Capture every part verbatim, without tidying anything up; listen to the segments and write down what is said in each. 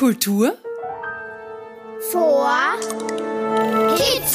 Kultur vor Kids.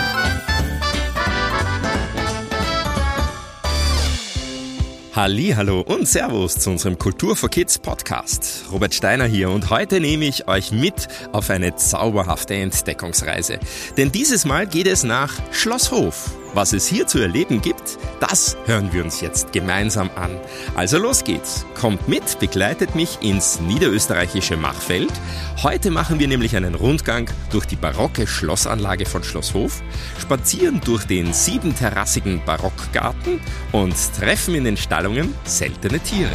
Hallihallo und Servus zu unserem Kultur for Kids Podcast. Robert Steiner hier und heute nehme ich euch mit auf eine zauberhafte Entdeckungsreise. Denn dieses Mal geht es nach Schloss Hof. Was es hier zu erleben gibt, das hören wir uns jetzt gemeinsam an. Also los geht's. Kommt mit, begleitet mich ins niederösterreichische Machfeld. Heute machen wir nämlich einen Rundgang durch die barocke Schlossanlage von Schloss Hof, spazieren durch den siebenterrassigen Barockgarten und treffen in den Stallungen seltene Tiere.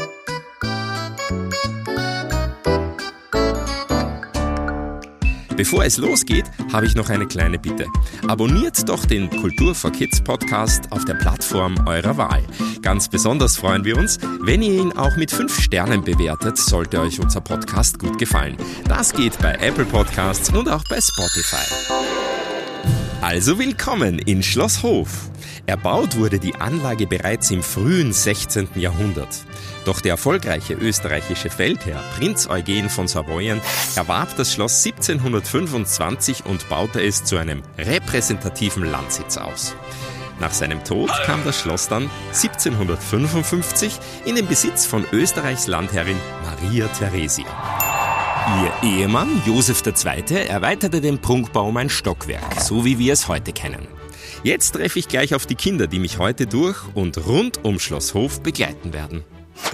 Bevor es losgeht, habe ich noch eine kleine Bitte. Abonniert doch den Kultur for Kids Podcast auf der Plattform eurer Wahl. Ganz besonders freuen wir uns, wenn ihr ihn auch mit fünf Sternen bewertet, sollte euch unser Podcast gut gefallen. Das geht bei Apple Podcasts und auch bei Spotify. Also willkommen in Schloss Hof. Erbaut wurde die Anlage bereits im frühen sechzehnten Jahrhundert. Doch der erfolgreiche österreichische Feldherr Prinz Eugen von Savoyen erwarb das Schloss siebzehnhundertfünfundzwanzig und baute es zu einem repräsentativen Landsitz aus. Nach seinem Tod kam das Schloss dann siebzehnhundertfünfundfünfzig in den Besitz von Österreichs Landherrin Maria Theresia. Ihr Ehemann Josef der Zweite erweiterte den Prunkbau um ein Stockwerk, so wie wir es heute kennen. Jetzt treffe ich gleich auf die Kinder, die mich heute durch und rund um Schloss Hof begleiten werden.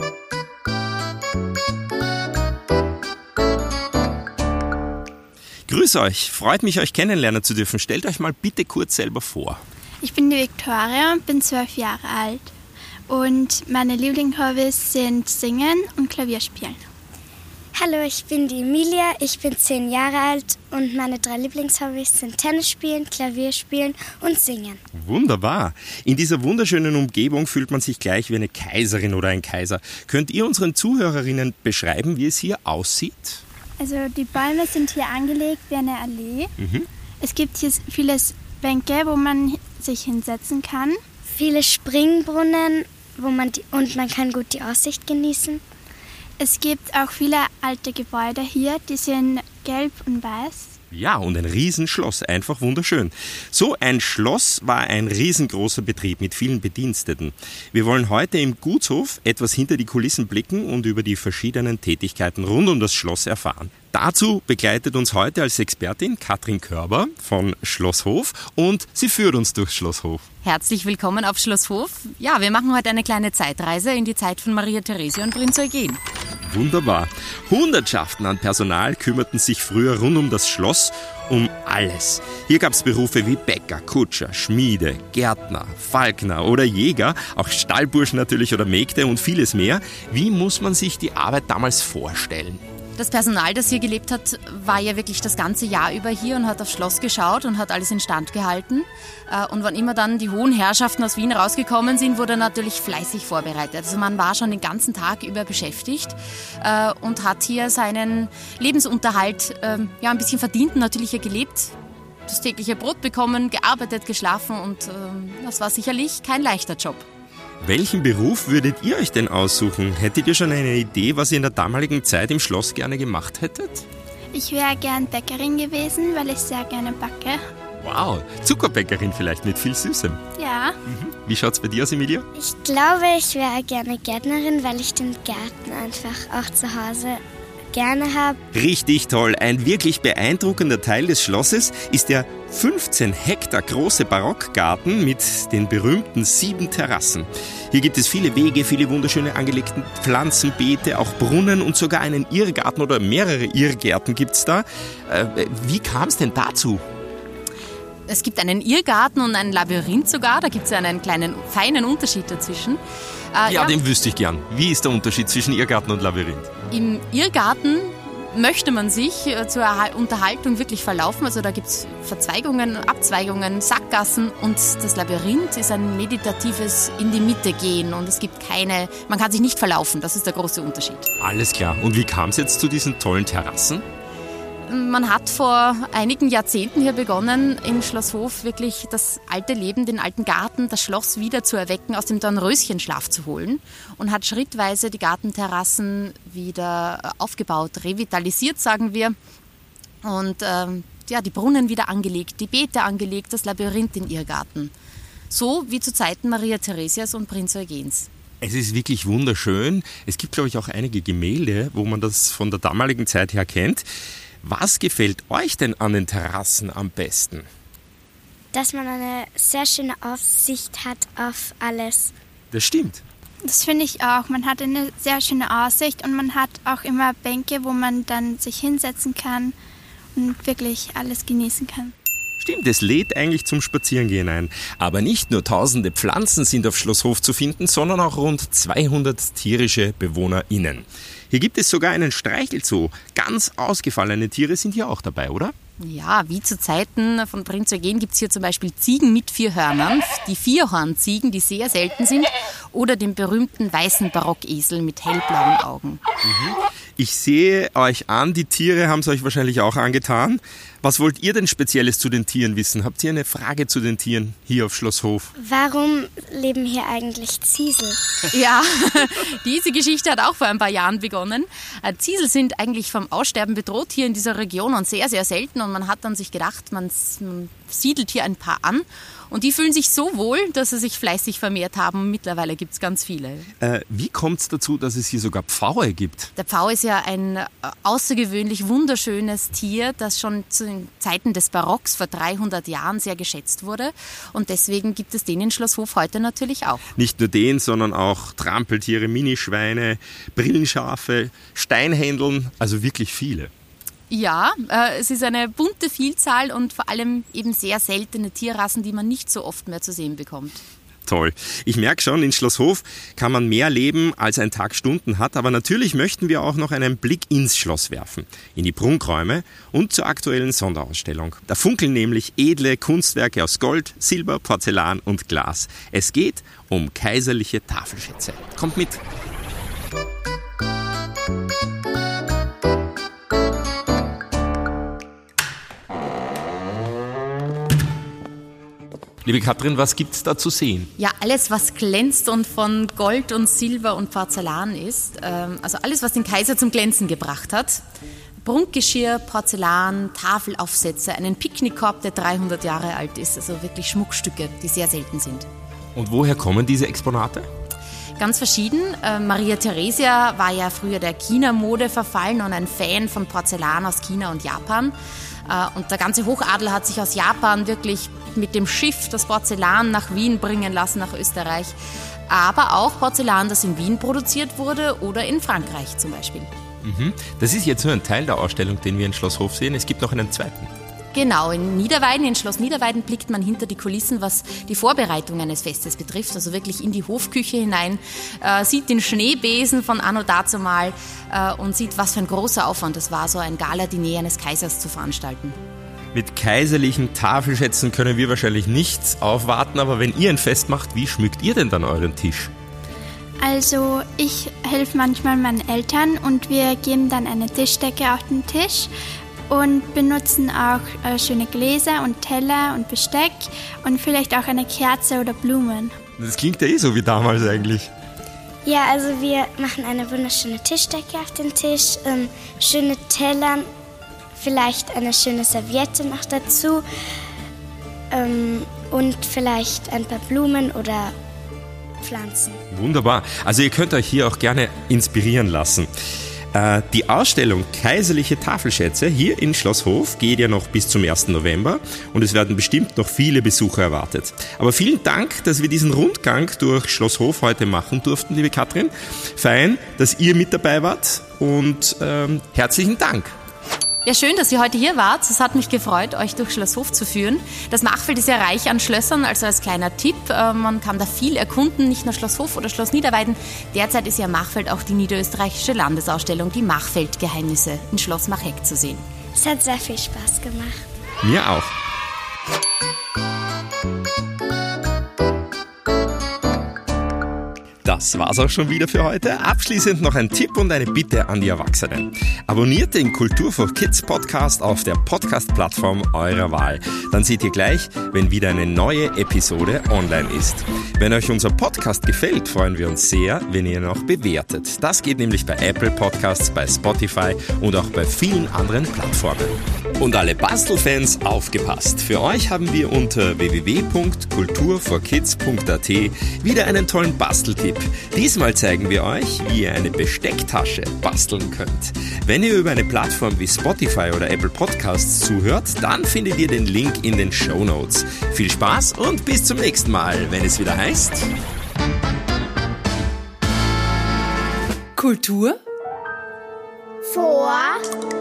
Grüß euch, freut mich, euch kennenlernen zu dürfen. Stellt euch mal bitte kurz selber vor. Ich bin die Viktoria und bin zwölf Jahre alt. Und meine Lieblingshobbys sind Singen und Klavierspielen. Hallo, ich bin die Emilia, ich bin zehn Jahre alt und meine drei Lieblingshobbys sind Tennis spielen, Klavier spielen und Singen. Wunderbar. In dieser wunderschönen Umgebung fühlt man sich gleich wie eine Kaiserin oder ein Kaiser. Könnt ihr unseren Zuhörerinnen beschreiben, wie es hier aussieht? Also die Bäume sind hier angelegt wie eine Allee. Mhm. Es gibt hier viele Bänke, wo man sich hinsetzen kann. Viele Springbrunnen wo man die, und man kann gut die Aussicht genießen. Es gibt auch viele alte Gebäude hier, die sind gelb und weiß. Ja, und ein Riesenschloss, einfach wunderschön. So ein Schloss war ein riesengroßer Betrieb mit vielen Bediensteten. Wir wollen heute im Gutshof etwas hinter die Kulissen blicken und über die verschiedenen Tätigkeiten rund um das Schloss erfahren. Dazu begleitet uns heute als Expertin Katrin Körber von Schloss Hof und sie führt uns durch Schloss Hof. Herzlich willkommen auf Schloss Hof. Ja, wir machen heute eine kleine Zeitreise in die Zeit von Maria Theresia und Prinz Eugen. Wunderbar. Hundertschaften an Personal kümmerten sich früher rund um das Schloss um alles. Hier gab es Berufe wie Bäcker, Kutscher, Schmiede, Gärtner, Falkner oder Jäger, auch Stallburschen natürlich oder Mägde und vieles mehr. Wie muss man sich die Arbeit damals vorstellen? Das Personal, das hier gelebt hat, war ja wirklich das ganze Jahr über hier und hat aufs Schloss geschaut und hat alles instand gehalten. Und wann immer dann die hohen Herrschaften aus Wien rausgekommen sind, wurde natürlich fleißig vorbereitet. Also man war schon den ganzen Tag über beschäftigt und hat hier seinen Lebensunterhalt ja, ein bisschen verdient und natürlich hier gelebt. Das tägliche Brot bekommen, gearbeitet, geschlafen und das war sicherlich kein leichter Job. Welchen Beruf würdet ihr euch denn aussuchen? Hättet ihr schon eine Idee, was ihr in der damaligen Zeit im Schloss gerne gemacht hättet? Ich wäre gern Bäckerin gewesen, weil ich sehr gerne backe. Wow, Zuckerbäckerin vielleicht mit viel Süßem. Ja. Mhm. Wie schaut's bei dir aus, Emilia? Ich glaube, ich wäre gerne Gärtnerin, weil ich den Garten einfach auch zu Hause gerne habe. Richtig toll. Ein wirklich beeindruckender Teil des Schlosses ist der fünfzehn Hektar große Barockgarten mit den berühmten sieben Terrassen. Hier gibt es viele Wege, viele wunderschöne angelegte Pflanzenbeete, auch Brunnen und sogar einen Irrgarten oder mehrere Irrgärten gibt's da. Äh, wie kam es denn dazu? Es gibt einen Irrgarten und ein Labyrinth sogar, da gibt es einen kleinen, feinen Unterschied dazwischen. Äh, ja, ja, den wüsste ich gern. Wie ist der Unterschied zwischen Irrgarten und Labyrinth? Im Irrgarten möchte man sich zur Unterhaltung wirklich verlaufen. Also da gibt es Verzweigungen, Abzweigungen, Sackgassen und das Labyrinth ist ein meditatives in die Mitte gehen und es gibt keine, man kann sich nicht verlaufen, das ist der große Unterschied. Alles klar. Und wie kam es jetzt zu diesen tollen Terrassen? Man hat vor einigen Jahrzehnten hier begonnen, in Schloss Hof wirklich das alte Leben, den alten Garten, das Schloss wieder zu erwecken, aus dem Dornröschenschlaf zu holen und hat schrittweise die Gartenterrassen wieder aufgebaut, revitalisiert, sagen wir. Und ähm, ja, die Brunnen wieder angelegt, die Beete angelegt, das Labyrinth in Irrgarten. So wie zu Zeiten Maria Theresias und Prinz Eugens. Es ist wirklich wunderschön. Es gibt, glaube ich, auch einige Gemälde, wo man das von der damaligen Zeit her kennt. Was gefällt euch denn an den Terrassen am besten? Dass man eine sehr schöne Aussicht hat auf alles. Das stimmt. Das finde ich auch. Man hat eine sehr schöne Aussicht und man hat auch immer Bänke, wo man dann sich hinsetzen kann und wirklich alles genießen kann. Stimmt, es lädt eigentlich zum Spazierengehen ein. Aber nicht nur tausende Pflanzen sind auf Schloss Hof zu finden, sondern auch rund zweihundert tierische BewohnerInnen. Hier gibt es sogar einen Streichelzoo. Ganz ausgefallene Tiere sind hier auch dabei, oder? Ja, wie zu Zeiten von Prinz Eugen gibt es hier zum Beispiel Ziegen mit vier Hörnern, die Vierhornziegen, die sehr selten sind, oder den berühmten weißen Barockesel mit hellblauen Augen. Mhm. Ich sehe euch an, die Tiere haben es euch wahrscheinlich auch angetan. Was wollt ihr denn Spezielles zu den Tieren wissen? Habt ihr eine Frage zu den Tieren hier auf Schloss Hof? Warum leben hier eigentlich Ziesel? Ja, diese Geschichte hat auch vor ein paar Jahren begonnen. Ziesel sind eigentlich vom Aussterben bedroht hier in dieser Region und sehr, sehr selten. Und man hat dann sich gedacht, man siedelt hier ein paar an. Und die fühlen sich so wohl, dass sie sich fleißig vermehrt haben. Mittlerweile gibt es ganz viele. Äh, wie kommt es dazu, dass es hier sogar Pfaue gibt? Der Pfau ist ja ein außergewöhnlich wunderschönes Tier, das schon zu den Zeiten des Barocks vor dreihundert Jahren sehr geschätzt wurde. Und deswegen gibt es den in Schloss Hof heute natürlich auch. Nicht nur den, sondern auch Trampeltiere, Minischweine, Brillenschafe, Steinhändeln, also wirklich viele. Ja, äh, es ist eine bunte Vielzahl und vor allem eben sehr seltene Tierrassen, die man nicht so oft mehr zu sehen bekommt. Toll. Ich merke schon, in Schloss Hof kann man mehr leben, als ein Tag Stunden hat. Aber natürlich möchten wir auch noch einen Blick ins Schloss werfen, in die Prunkräume und zur aktuellen Sonderausstellung. Da funkeln nämlich edle Kunstwerke aus Gold, Silber, Porzellan und Glas. Es geht um kaiserliche Tafelschätze. Kommt mit! Liebe Katrin, was gibt's da zu sehen? Ja, alles, was glänzt und von Gold und Silber und Porzellan ist. Also alles, was den Kaiser zum Glänzen gebracht hat. Prunkgeschirr, Porzellan, Tafelaufsätze, einen Picknickkorb, der dreihundert Jahre alt ist. Also wirklich Schmuckstücke, die sehr selten sind. Und woher kommen diese Exponate? Ganz verschieden. Maria Theresia war ja früher der China-Mode verfallen und ein Fan von Porzellan aus China und Japan. Und der ganze Hochadel hat sich aus Japan wirklich mit dem Schiff das Porzellan nach Wien bringen lassen, nach Österreich. Aber auch Porzellan, das in Wien produziert wurde oder in Frankreich zum Beispiel. Mhm. Das ist jetzt nur ein Teil der Ausstellung, den wir in Schloss Hof sehen. Es gibt noch einen zweiten. Genau, in Niederweiden, in Schloss Niederweiden blickt man hinter die Kulissen, was die Vorbereitung eines Festes betrifft, also wirklich in die Hofküche hinein, äh, sieht den Schneebesen von anno dazumal äh, und sieht, was für ein großer Aufwand es war, so ein Gala-Diner eines Kaisers zu veranstalten. Mit kaiserlichen Tafelschätzen können wir wahrscheinlich nichts aufwarten, aber wenn ihr ein Fest macht, wie schmückt ihr denn dann euren Tisch? Also ich helfe manchmal meinen Eltern und wir geben dann eine Tischdecke auf den Tisch und benutzen auch äh, schöne Gläser und Teller und Besteck und vielleicht auch eine Kerze oder Blumen. Das klingt ja eh so wie damals eigentlich. Ja, also wir machen eine wunderschöne Tischdecke auf den Tisch, ähm, schöne Teller, vielleicht eine schöne Serviette noch dazu ähm, und vielleicht ein paar Blumen oder Pflanzen. Wunderbar. Also ihr könnt euch hier auch gerne inspirieren lassen. Äh, die Ausstellung Kaiserliche Tafelschätze hier in Schloss Hof geht ja noch bis zum ersten November und es werden bestimmt noch viele Besucher erwartet. Aber vielen Dank, dass wir diesen Rundgang durch Schloss Hof heute machen durften, liebe Katrin. Fein, dass ihr mit dabei wart und ähm, herzlichen Dank. Ja, schön, dass ihr heute hier wart. Es hat mich gefreut, euch durch Schloss Hof zu führen. Das Machfeld ist ja reich an Schlössern, also als kleiner Tipp. Man kann da viel erkunden, nicht nur Schloss Hof oder Schloss Niederweiden. Derzeit ist ja am Machfeld auch die niederösterreichische Landesausstellung, die Machfeld-Geheimnisse in Schloss Marheck zu sehen. Es hat sehr viel Spaß gemacht. Mir auch. Das war's auch schon wieder für heute. Abschließend noch ein Tipp und eine Bitte an die Erwachsenen. Abonniert den Kultur for Kids Podcast auf der Podcast-Plattform eurer Wahl. Dann seht ihr gleich, wenn wieder eine neue Episode online ist. Wenn euch unser Podcast gefällt, freuen wir uns sehr, wenn ihr ihn auch bewertet. Das geht nämlich bei Apple Podcasts, bei Spotify und auch bei vielen anderen Plattformen. Und alle Bastelfans, aufgepasst! Für euch haben wir unter w w w punkt kultur for kids punkt a t wieder einen tollen Basteltipp. Diesmal zeigen wir euch, wie ihr eine Bestecktasche basteln könnt. Wenn ihr über eine Plattform wie Spotify oder Apple Podcasts zuhört, dann findet ihr den Link in den Shownotes. Viel Spaß und bis zum nächsten Mal, wenn es wieder heißt... Kultur vor